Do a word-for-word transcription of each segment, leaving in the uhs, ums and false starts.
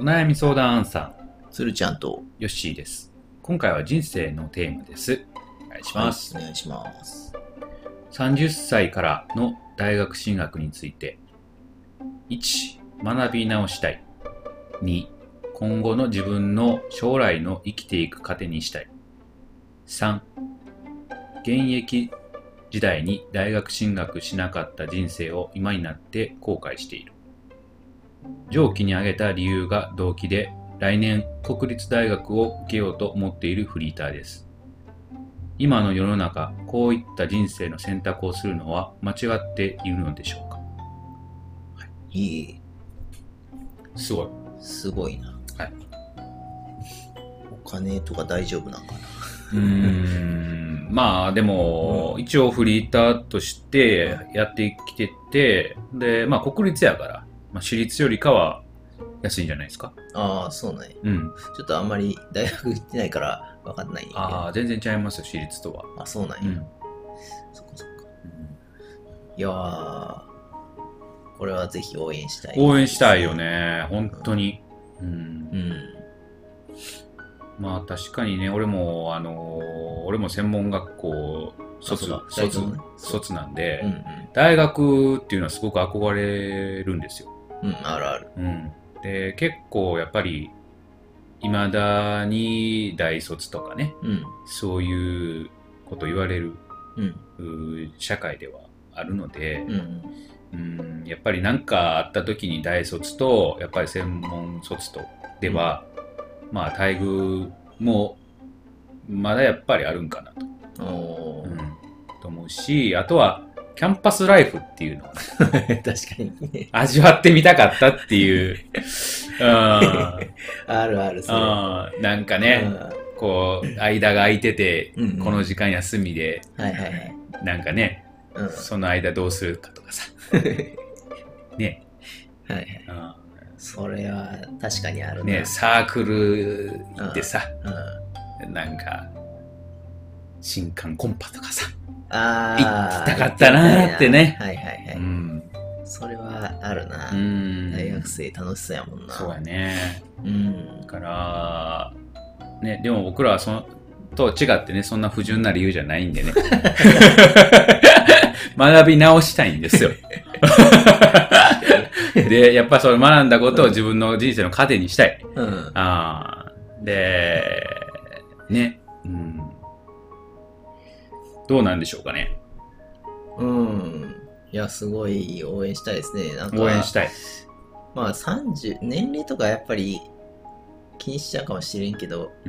悩み相談アンサー、つるちゃんとヨッシーです。今回は人生のテーマです。お願いします。 はい、お願いします。 さんじゅっさいからの大学進学について。いち、学び直したい。に、今後の自分の将来の生きていく糧にしたい。さん、現役時代に大学進学しなかった人生を今になって後悔している。上記に挙げた理由が動機で、来年国立大学を受けようと思っているフリーターです。今の世の中、こういった人生の選択をするのは間違っているのでしょうか。 はい、いい。 すごい。 すごいな。 はい。 お金とか大丈夫なんかな。 うーん。まあでも、うん、一応フリーターとしてやってきてて、で、まあ国立やから、まあ、私立よりかは安いんじゃないですか。 ああ、そうなんや。 うん。 ちょっとあんまり大学行ってないから分かんないんやけど。 ああ、全然違いますよ、私立とは。 あ、そうなんや。うん、そっかそっか。うん、いやー、これはぜひ応援したい、ね。 応援したいよね、本当に。うん。うんうんまあ確かにね、俺も、あのー、俺も専門学校卒、卒、ね、卒なんで、うんうん、大学っていうのはすごく憧れるんですよ。 うん、あるある。 うん。で、結構やっぱり、いまだに大卒とかね、うん、そういうこと言われる、うん、社会ではあるので、うんうん、やっぱり何かあった時に大卒と、やっぱり専門卒とでは、うん、まあ待遇もまだやっぱりあるんかなと、うん、と思うし、あとはキャンパスライフっていうのを、 ね、確かに、ね、 味わってみたかったっていうあるあるそれあなんかね、こう間が空いてて、うんうん、この時間休みで、 はいはいはい、 なんかね、うん、その間どうするかとかさね、 はいはい、それは確かにあるな。 ね、サークル行ってさ、うんうん、なんか新歓コンパとかさ、 あ行きたかったなーってね。 はいはいはい。うん、それはあるな。うん、大学生楽しそうやもんな。 そうやね。うん、だからね、でも僕らはそのと違ってね、そんな不純な理由じゃないんでね。学び直したいんですよ。で、やっぱその学んだことを自分の人生の糧にしたい。うん、あで、ね、うん、どうなんでしょうかね。 うん。いや、すごい応援したいですね。なんか応援したい。 まあさんじゅう、年齢とかやっぱり気にしちゃうかもしれんけど、うん、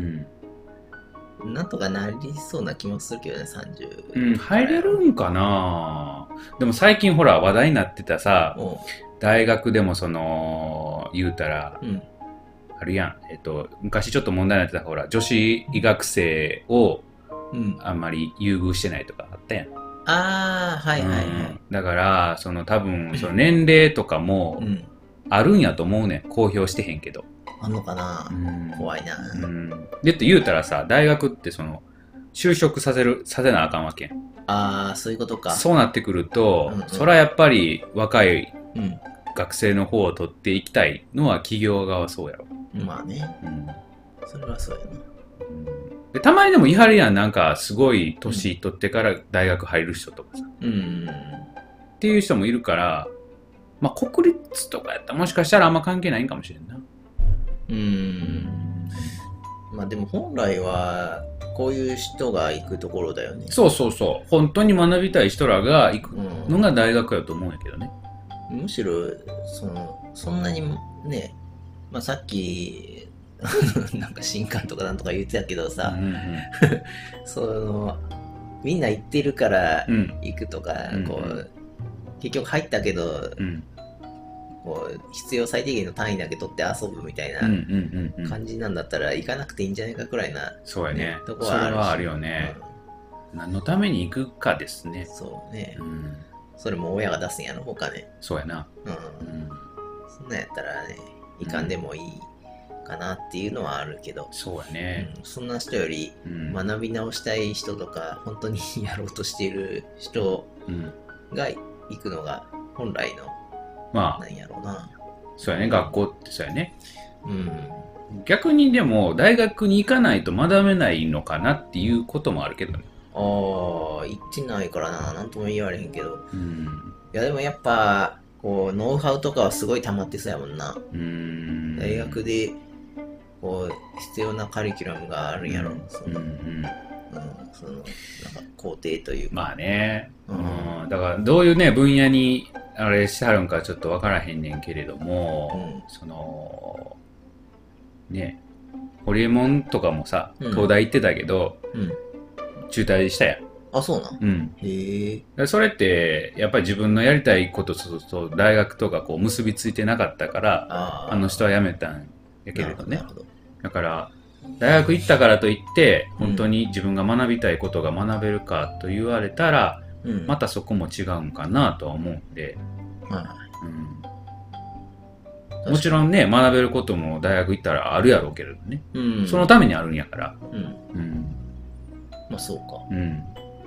なんとかなりそうな気もするけどね、さんじゅう。 うん、入れるんかな。でも最近ほら話題になってたさ、大学でもその、言うたら、うん、あるやん。えっと、昔ちょっと問題になってたほら、女子医学生をあんまり優遇してないとかあったやん。 ああ、はいはいはい。うん、 だから、その多分、その年齢とかもあるんやと思うねん。公表してへんけど。 あんのかな、うん、怖いな。 うん。でって言うたらさ、大学ってその、就職させる、させなあかんわけん。 ああ、そういうことか。 そうなってくると、うんうん、それはやっぱり若い学生の方を取っていきたいのは企業側はそうやろ。 まあね。うん。それはそうやな。 うん、でたまにでも言い張るやん、なんかすごい年取ってから大学入る人とかさ。うん。っていう人もいるから、まあ国立とかやったらもしかしたらあんま関係ないんかもしれんな。 うーん。まあでも本来はこういう人が行くところだよね。 そうそうそう。本当に学びたい人らが行くのが大学やと思うんやけどね。 うん、むしろそのそんなにね、まあさっきなんか新刊とかなんとか言ってたけどさ、うんうん、そのみんな行ってるから行くとか、うん、こう結局入ったけど。うんこう必要最低限の単位だけ取って遊ぶみたいな感じなんだったら行かなくていいんじゃないかくらいな、ね、 そうやね。とこはあるし、それはあるよね、うん、何のために行くかですね。 そうね、うん、それも親が出すんやろほかね。 そうやな、うんうん、そんなんやったらね行かんでもいいかなっていうのはあるけど、うん、 そうやね、 うん、そんな人より学び直したい人とか、うん、本当にやろうとしている人が行くのが本来のまあ、 なんやろうな。 そうやね、学校ってそうやね。 うん。 逆にでも大学に行かないと学べないのかなっていうこともあるけどね。 ああ、行ってないからな、なんとも言われへんけど。 うん。 いやでもやっぱ、こう、ノウハウとかはすごい溜まってそうやもんな。 うーん。 大学で、こう、必要なカリキュラムがあるんやろ。 うんその、 うんうん。 うん、その、なんか、工程というか。 まあね、 ううんん、だからどういうね分野にあれしてはるんかちょっと分からへんねんけれども、 うんそのねホリエモンとかもさ、 うん東大行ってたけどうん。 中退したやん。 あ、そうなん。 うんへえ。 でそれってやっぱり自分のやりたいこととと大学とかこう結びついてなかったからああ。 あの人は辞めたんやけなるほど、 れどね。 なるほど。 だから大学行ったからといってうん本当に自分が学びたいことが学べるかと言われたら、 うん。 またそこも違うんかなとは思うんで、 はうん、もちろんね学べることも大学行ったらあるやろうけれどね、 い。うん。 そのためにあるんやから、 うん。 うんまあそうか。 うん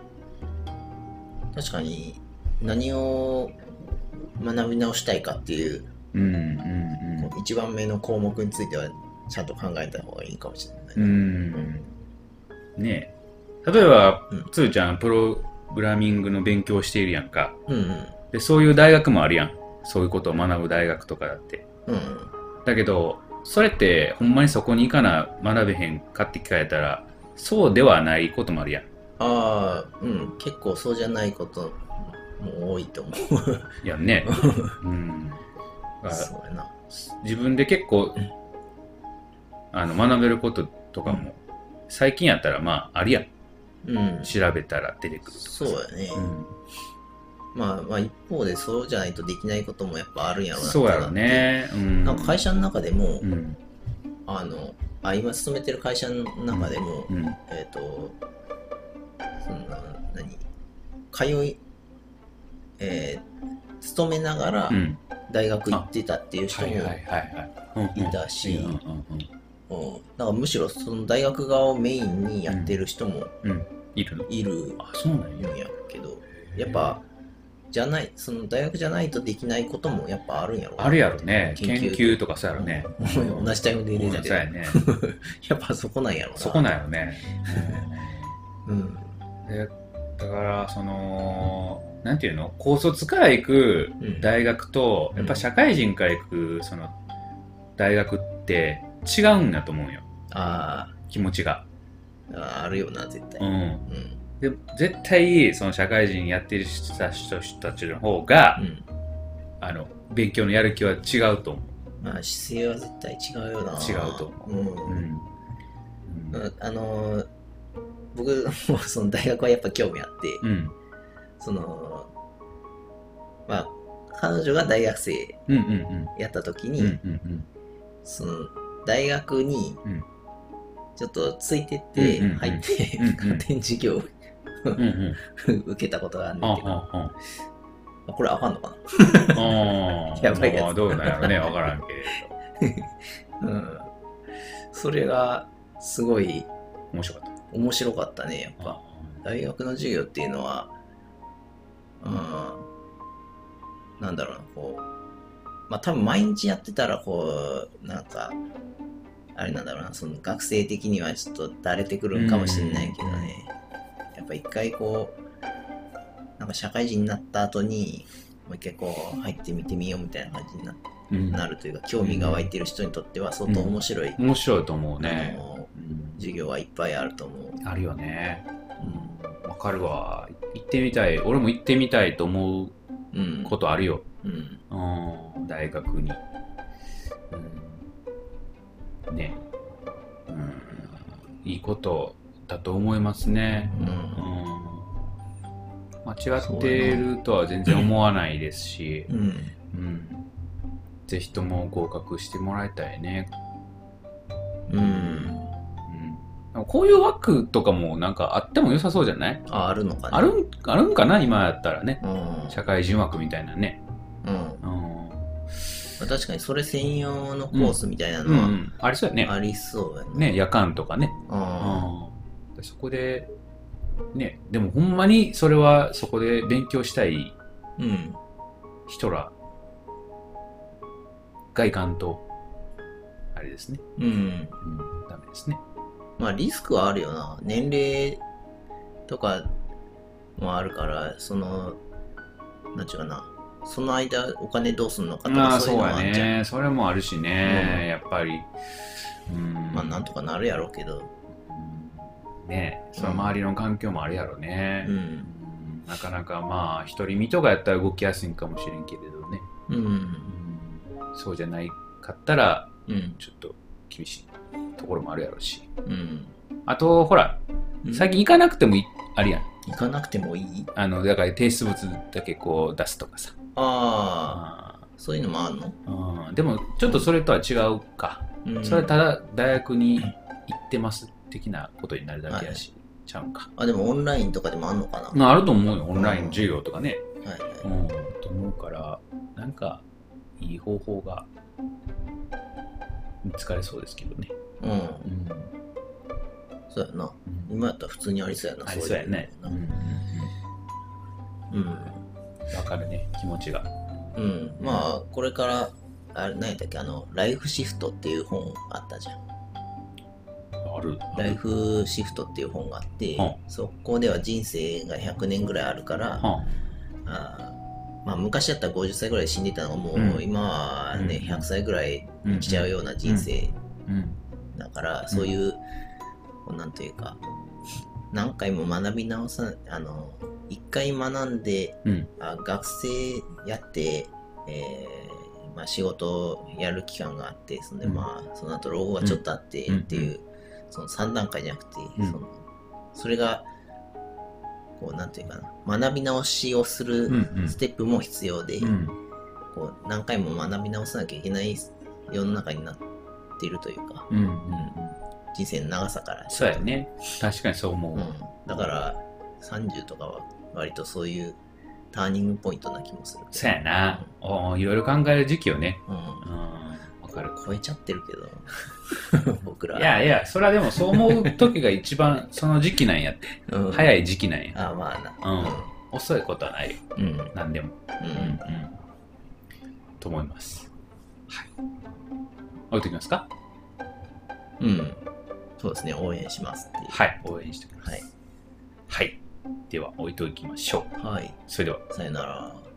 確かに、何を学び直したいかっていう、 うんうんこう一番目の項目については、ちゃんと考えた方がいいかもしれない。 うんうんねえ例えば、 うんつーちゃんプログラミングの勉強をしているやんか。 うんうん。 でそういう大学もあるやん、そういうことを学ぶ大学とかだって。 うんうん。 だけどそれってほんまにそこに行かな学べへんかって聞かれたらそうではないこともあるやん。 ああ、うん。結構そうじゃないことも多いと思う。 やんね。うんだからそうやな。 自分で結構うんあの学べることとかも最近やったらまあありやん、 うん。 調べたら出てくるとかさ。 そうやね。 うんまあまあ一方でそうじゃないとできないこともやっぱあるんやろうな。 そうやろね。うんなんか会社の中でも、 うんあの、あ、今勤めてる会社の中でも、 うんえっ、と、そんな、何通い、えー勤めながらうん大学行ってたっていう人もはいはいはいはいうんうんいたしうんうんうんだからむしろその大学側をメインにやってる人もうんうんいるの。 いるあそうなんや。 んやけど、やっぱ、じゃない、その大学じゃないとできないこともやっぱあるんやろうなあるやろね。 研究研究とかそうやろね。 うん同じタイムで出たけど、 そうやね。 やっぱそこなんやろうな。 そこなんやろね。 うん。 でだからそのなんていうの高卒から行くうん大学と、 うんやっぱ社会人から行くその大学って違うんだと思うよ、 あ気持ちが。 ーあー、あるよな、絶対。 うんうん。 で絶対その社会人やってる人たちたちの方が、 うん。 あの勉強のやる気は違うと思まあ姿勢は絶対違うよな。 違うと思うん。 う。うんうんあのー僕もその大学はやっぱ興味あって、 うんその、まあ、彼女が大学生うんうんやった時に、 うんうんうんその、大学にうん、 ちょっとついてってうんうんうん入って、 うんうん勝手に授業をうんうん受けたことがあるんあだけど、 あああこれあかんのかああやばいやつまあどうなんやろねわからんけれな。うん。それが、すごいど面白かった。 面白かったね、やっぱ。 あ大学の授業っていうのは、うん、なんだろうな、こう、まあ多分毎日やってたら、こう、なんか、あれなんだろうな、その学生的にはちょっとだれてくるんかもしれないけどね、やっぱ一回こう、なんか社会人になった後に、もう一回こう入ってみてみようみたいな感じになうんなるというか、興味が湧いてる人にとっては相当面白い、 面白いと思うあね。 のうん授業はいっぱいあると思う。 あるよね。 うんわかるわ。行ってみたい。俺も行ってみたいと思ううん。 ことあるよ。 うん。 うん、大学に。うん、ね、うん。いいことだと思いますね。 うんうん、間違ってるとは全然思わないですし、 うん。 うん、ぜひとも合格してもらいたいね。 うん。 うんでもこういう枠とかもなんかあっても良さそうじゃない？ あ、あるのかね。 あるん、あるんかな今やったらね。 うん。 社会人枠みたいなね。 うん。 うん。 まあ確かにそれ専用のコースみたいなうん、うのはん。ありそうやね。 ありそうやね。 ね、夜間とかね。 あうん。そこで、ね、でもほんまにそれはそこで勉強したいうん。 人らがいかんと、あれですね。 うん。 うん、ダメですね。 まあリスクはあるよな。年齢とかもあるから、その、なんちゅうかな。その間お金どうすんのかとか、 まあそういうそうやのもあるじゃん。 ね。それもあるしね、 うんやっぱり。うん、 まあなんとかなるやろうけど。 うん、ねその周りの環境もあるやろね。 うん。 うんなかなかまあ独り身とかやったら動きやすいんかもしれんけれどね。 うん。 うんそうじゃないかったらうん。 ちょっと厳しいところもあるやろうし。 うん。 あとほら、 うん最近行かなくてもいいあるやん。 行かなくてもいい。 あのだから提出物だけこう出すとかさ。 ああ、 あそういうのもあるの？ うんでもちょっとそれとは違うか。 うん。 それはただ大学に行ってます的なことになるだけやし、ちゃうんか。 あ、でもオンラインとかでもあんのかな？ まああると思うよ、オンライン授業とかね。 はいはい。 うん、と思うから、なんかいい方法が見つかりそうですけどね。 うん。 うん、 そうやな。 うん今やったら普通にありそうやな。 ありそうやね。 そううんいうのなうん。 わかるね、気持ちが。 うん。まあ、これから、あれ、何やったっけ、あの、ライフシフトっていう本あったじゃん。 ある。 ライフシフトっていう本があって、 はそこでは人生がひゃくねんぐらいあるから、 はあーまあ、昔だったらごじゅっさいぐらいで死んでたのがもう、 うん今はね、 うんひゃくさいぐらい生きちゃうような人生うん。 だから、そういう、こうなんというか、何回も学び直さあの、一回学んで、 うん。 あ学生やって、えーまあ、仕事をやる期間があってそんで、 うんまあ、その後老後がちょっとあってうんっていう、そのさん段階じゃなくて、 うんそのそれがこうなんていうかな学び直しをするうんうんステップも必要で、 うん。 こう何回も学び直さなきゃいけない世の中になっているというか、 うん。うん。 人生の長さからそうやね。確かにそう思う。 うん、だからさんじゅうとかは割とそういうターニングポイントな気もするけど。 そうやな。おいろいろ考える時期よね。 うん。 うん。わかる。 超えちゃってるけど、僕ら。 いやいや、それはでもそう思う時が一番その時期なんやって。 うん、 早い時期なんや。 あ、まあな。 うん。遅いことはないよ。 うん。うん。 何でも。 うん。 うんうん。と思います。はい。置いときますか？ うん。そうですね、応援しますっていう。 はい。応援してください。 はい。 はい。では置いておきましょう。 はい。 それでは。 さよなら。